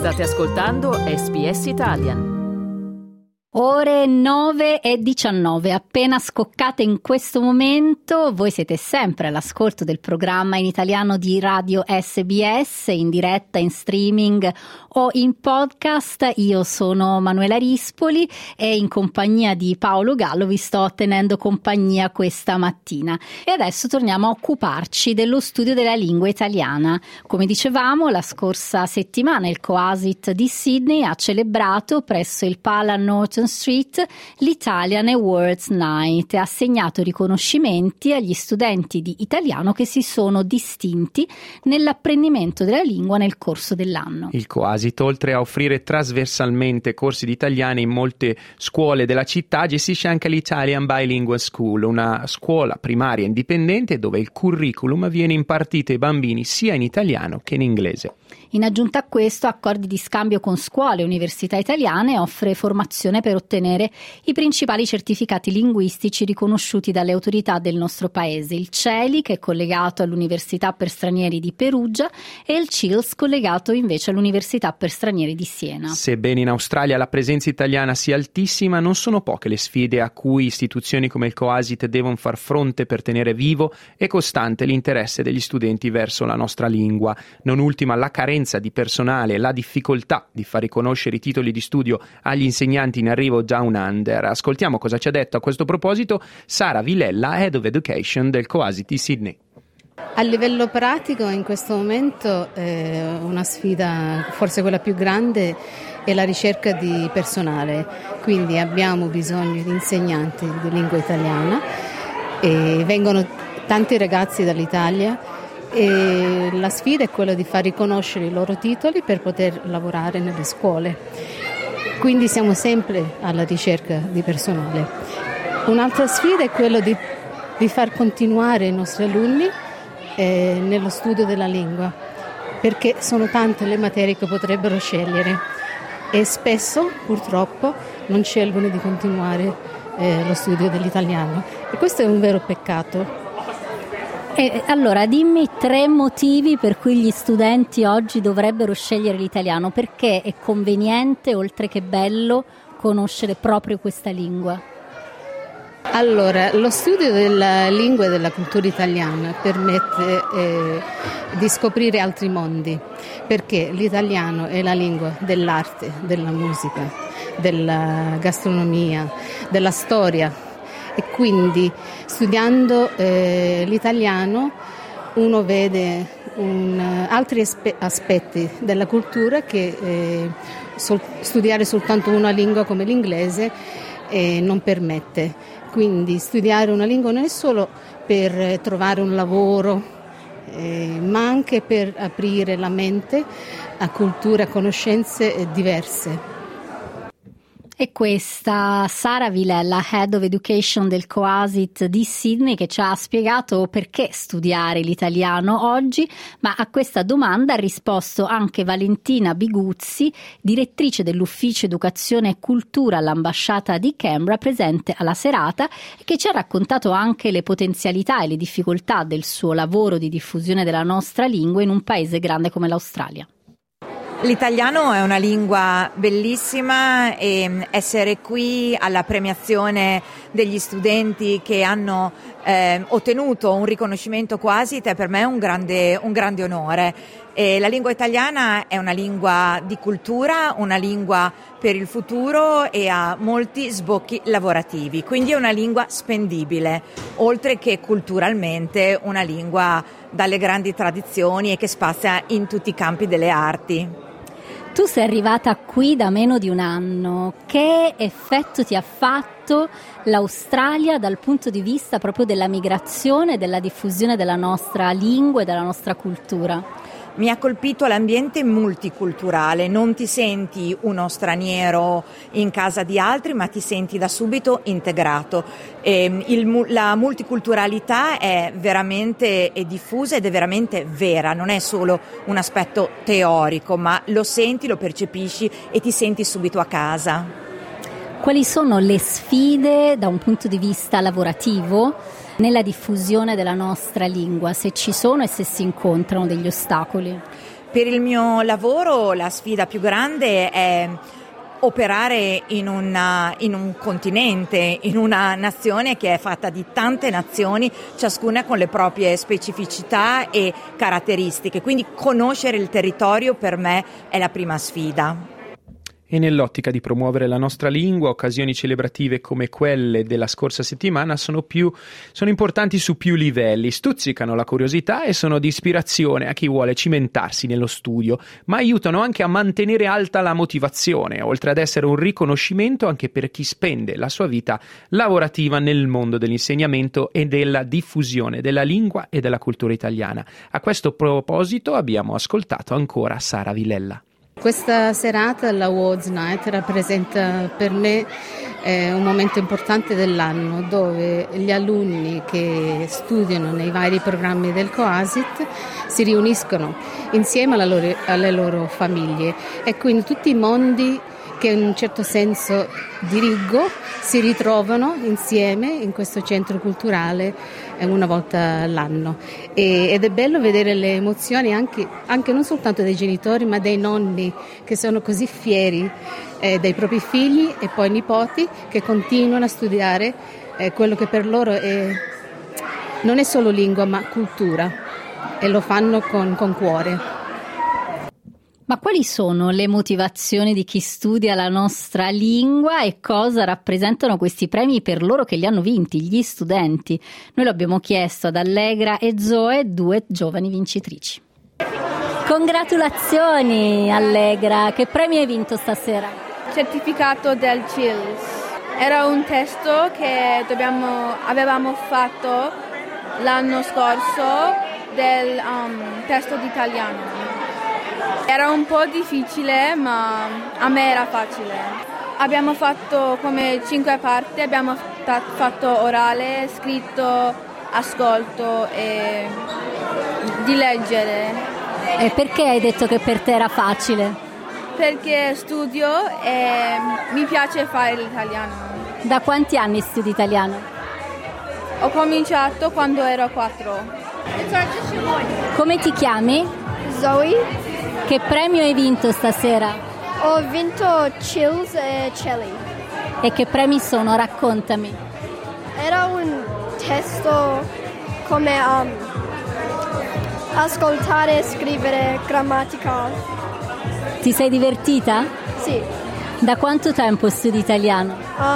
State ascoltando SBS Italian. Ore 9:19, appena scoccate in questo momento. Voi siete sempre all'ascolto del programma in italiano di Radio SBS, in diretta, in streaming o in podcast. Io sono Manuela Rispoli e in compagnia di Paolo Gallo vi sto tenendo compagnia questa mattina. E adesso torniamo a occuparci dello studio della lingua italiana. Come dicevamo, la scorsa settimana il COASIT di Sydney ha celebrato presso il Pala Norton Street l'Italian Awards Night e ha assegnato riconoscimenti agli studenti di italiano che si sono distinti nell'apprendimento della lingua nel corso dell'anno. Il COASIT, oltre a offrire trasversalmente corsi di italiano in molte scuole della città, gestisce anche l'Italian Bilingual School, una scuola primaria indipendente dove il curriculum viene impartito ai bambini sia in italiano che in inglese. In aggiunta a questo, accordi di scambio con scuole e università italiane, offre formazione per ottenere i principali certificati linguistici riconosciuti dalle autorità del nostro paese, il CELI, che è collegato all'Università per Stranieri di Perugia, e il CILS, collegato invece all'Università per Stranieri di Siena. Sebbene in Australia la presenza italiana sia altissima, non sono poche le sfide a cui istituzioni come il COASIT devono far fronte per tenere vivo e costante l'interesse degli studenti verso la nostra lingua. Non ultima la carenza di personale e la difficoltà di far riconoscere i titoli di studio agli insegnanti in arrivo Down Under. Ascoltiamo cosa ci ha detto a questo proposito Sara Vilella, Head of Education del COASIT di Sydney. A livello pratico in questo momento una sfida, forse quella più grande, è la ricerca di personale, quindi abbiamo bisogno di insegnanti di lingua italiana e vengono tanti ragazzi dall'Italia. E la sfida è quella di far riconoscere i loro titoli per poter lavorare nelle scuole, quindi siamo sempre alla ricerca di personale. Un'altra sfida è quella di far continuare i nostri alunni nello studio della lingua, perché sono tante le materie che potrebbero scegliere e spesso purtroppo non scelgono di continuare lo studio dell'italiano, e questo è un vero peccato. E allora dimmi 3 motivi per cui gli studenti oggi dovrebbero scegliere l'italiano, perché è conveniente, oltre che bello, conoscere proprio questa lingua. Allora, lo studio della lingua e della cultura italiana permette di scoprire altri mondi, perché l'italiano è la lingua dell'arte, della musica, della gastronomia, della storia. E quindi studiando l'italiano uno vede altri aspetti della cultura che studiare soltanto una lingua come l'inglese non permette. Quindi studiare una lingua non è solo per trovare un lavoro, ma anche per aprire la mente a culture, a conoscenze diverse. E questa Sara Vilella, Head of Education del COASIT di Sydney, che ci ha spiegato perché studiare l'italiano oggi, ma a questa domanda ha risposto anche Valentina Biguzzi, direttrice dell'Ufficio Educazione e Cultura all'Ambasciata di Canberra, presente alla serata, che ci ha raccontato anche le potenzialità e le difficoltà del suo lavoro di diffusione della nostra lingua in un paese grande come l'Australia. L'italiano è una lingua bellissima e essere qui alla premiazione degli studenti che hanno ottenuto un riconoscimento COASIT per me è un grande onore. E la lingua italiana è una lingua di cultura, una lingua per il futuro e ha molti sbocchi lavorativi, quindi è una lingua spendibile, oltre che culturalmente una lingua dalle grandi tradizioni e che spazia in tutti i campi delle arti. Tu sei arrivata qui da meno di un anno. Che effetto ti ha fatto l'Australia dal punto di vista proprio della migrazione e della diffusione della nostra lingua e della nostra cultura? Mi ha colpito l'ambiente multiculturale, non ti senti uno straniero in casa di altri, ma ti senti da subito integrato. La multiculturalità è veramente diffusa ed è veramente vera, non è solo un aspetto teorico, ma lo senti, lo percepisci e ti senti subito a casa. Quali sono le sfide da un punto di vista lavorativo nella diffusione della nostra lingua, se ci sono e se si incontrano degli ostacoli? Per il mio lavoro la sfida più grande è operare in un continente, in una nazione che è fatta di tante nazioni, ciascuna con le proprie specificità e caratteristiche, quindi conoscere il territorio per me è la prima sfida. E nell'ottica di promuovere la nostra lingua, occasioni celebrative come quelle della scorsa settimana sono importanti su più livelli, stuzzicano la curiosità e sono di ispirazione a chi vuole cimentarsi nello studio, ma aiutano anche a mantenere alta la motivazione, oltre ad essere un riconoscimento anche per chi spende la sua vita lavorativa nel mondo dell'insegnamento e della diffusione della lingua e della cultura italiana. A questo proposito abbiamo ascoltato ancora Sara Vilella. Questa serata, la Awards Night, rappresenta per me un momento importante dell'anno dove gli alunni che studiano nei vari programmi del Coasit si riuniscono insieme alle loro famiglie e quindi tutti i mondi che in un certo senso dirigo si ritrovano insieme in questo centro culturale una volta all'anno ed è bello vedere le emozioni anche non soltanto dei genitori ma dei nonni che sono così fieri dei propri figli e poi nipoti che continuano a studiare quello che per loro non è solo lingua ma cultura e lo fanno con cuore. Ma quali sono le motivazioni di chi studia la nostra lingua e cosa rappresentano questi premi per loro che li hanno vinti, gli studenti? Noi lo abbiamo chiesto ad Allegra e Zoe, 2 giovani vincitrici. Congratulazioni Allegra, che premi hai vinto stasera? Certificato del CILS. Era un testo che avevamo fatto l'anno scorso del testo di italiano. Era un po' difficile, ma a me era facile. Abbiamo fatto come 5 parti, abbiamo fatto orale, scritto, ascolto e di leggere. E perché hai detto che per te era facile? Perché studio e mi piace fare l'italiano. Da quanti anni studi italiano? Ho cominciato quando ero 4. Come ti chiami? Zoe. Che premio hai vinto stasera? Ho vinto CILS e CELI. E che premi sono? Raccontami. Era un testo come ascoltare e scrivere grammatica. Ti sei divertita? Sì. Da quanto tempo studi italiano?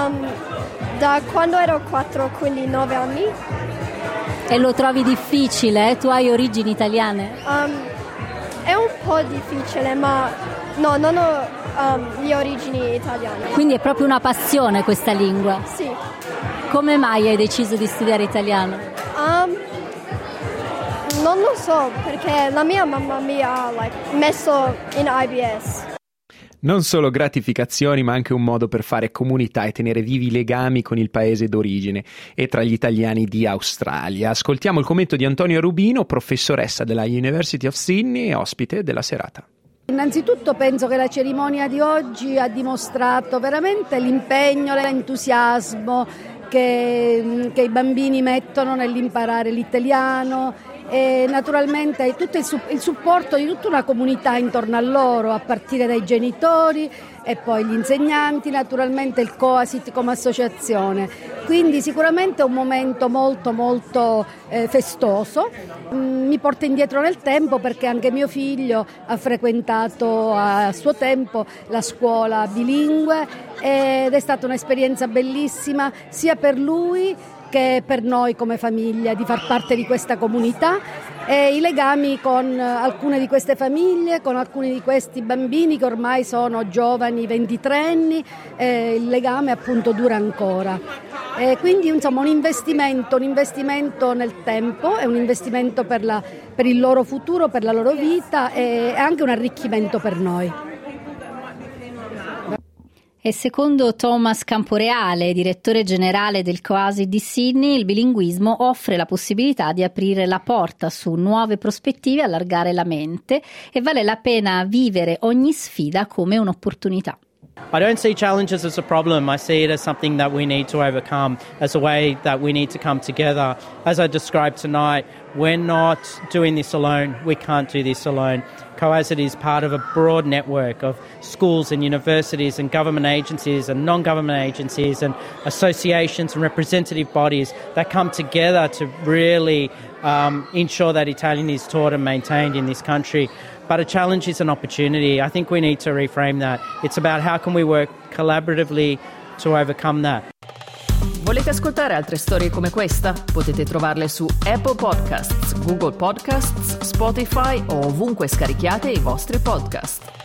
Da quando ero 4, quindi 9 anni. E lo trovi difficile? Tu hai origini italiane? È un po' difficile, ma no, non ho le origini italiane. Quindi è proprio una passione questa lingua? Sì. Come mai hai deciso di studiare italiano? Non lo so, perché la mia mamma mi ha messo in IBS. Non solo gratificazioni, ma anche un modo per fare comunità e tenere vivi i legami con il paese d'origine e tra gli italiani di Australia. Ascoltiamo il commento di Antonia Rubino, professoressa della University of Sydney e ospite della serata. Innanzitutto penso che la cerimonia di oggi ha dimostrato veramente l'impegno, l'entusiasmo che i bambini mettono nell'imparare l'italiano e naturalmente tutto il supporto di tutta una comunità intorno a loro, a partire dai genitori e poi gli insegnanti, naturalmente il Coasit come associazione. Quindi sicuramente è un momento molto molto festoso. Mi porta indietro nel tempo perché anche mio figlio ha frequentato a suo tempo la scuola bilingue ed è stata un'esperienza bellissima sia per lui che per noi come famiglia di far parte di questa comunità e i legami con alcune di queste famiglie, con alcuni di questi bambini che ormai sono giovani 23enni, il legame appunto dura ancora. Quindi insomma un investimento nel tempo, è un investimento per il loro futuro, per la loro vita e anche un arricchimento per noi. E secondo Thomas Camporeale, direttore generale del Coasit di Sydney, il bilinguismo offre la possibilità di aprire la porta su nuove prospettive, allargare la mente e vale la pena vivere ogni sfida come un'opportunità. I don't see challenges as a problem. I see it as something that we need to overcome, as a way that we need to come together. As I described tonight, we're not doing this alone. We can't do this alone. COASIT is part of a broad network of schools and universities and government agencies and non-government agencies and associations and representative bodies that come together to really ensure that Italian is taught and maintained in this country. But a challenge is an opportunity. I think we need to reframe that. It's about how can we work collaboratively to overcome that. Volete ascoltare altre storie come questa? Potete trovarle su Apple Podcasts, Google Podcasts, Spotify o ovunque scarichiate i vostri podcast.